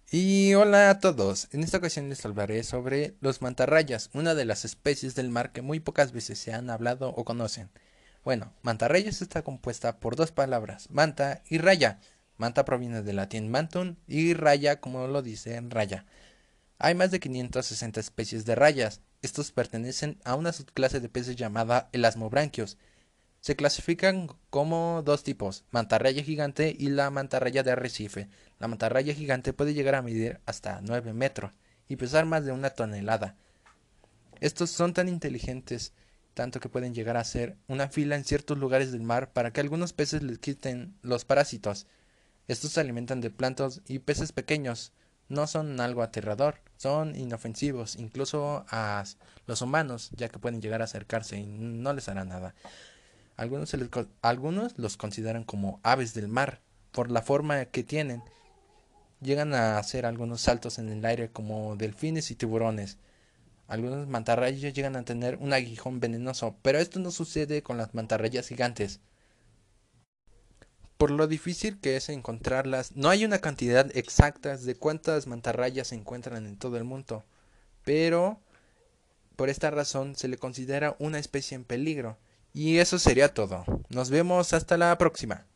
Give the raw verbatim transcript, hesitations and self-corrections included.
Y hola a todos, en esta ocasión les hablaré sobre los mantarrayas, una de las especies del mar que muy pocas veces se han hablado o conocen. Bueno, mantarrayas está compuesta por dos palabras, manta y raya. Manta proviene del latín mantum y raya, como lo dice, raya. Hay más de quinientas sesenta especies de rayas. Estos pertenecen a una subclase de peces llamada elasmobranquios. Se clasifican como dos tipos, mantarraya gigante y la mantarraya de arrecife. La mantarraya gigante puede llegar a medir hasta nueve metros y pesar más de una tonelada. Estos son tan inteligentes, tanto que pueden llegar a hacer una fila en ciertos lugares del mar para que algunos peces les quiten los parásitos. Estos se alimentan de plantas y peces pequeños. No son algo aterrador, son inofensivos, incluso a los humanos, ya que pueden llegar a acercarse y no les hará nada. Algunos, se les, algunos los consideran como aves del mar por la forma que tienen. Llegan a hacer algunos saltos en el aire como delfines y tiburones. Algunos mantarrayas llegan a tener un aguijón venenoso, pero esto no sucede con las mantarrayas gigantes. Por lo difícil que es encontrarlas, no hay una cantidad exacta de cuántas mantarrayas se encuentran en todo el mundo, pero por esta razón se le considera una especie en peligro. Y eso sería todo. Nos vemos hasta la próxima.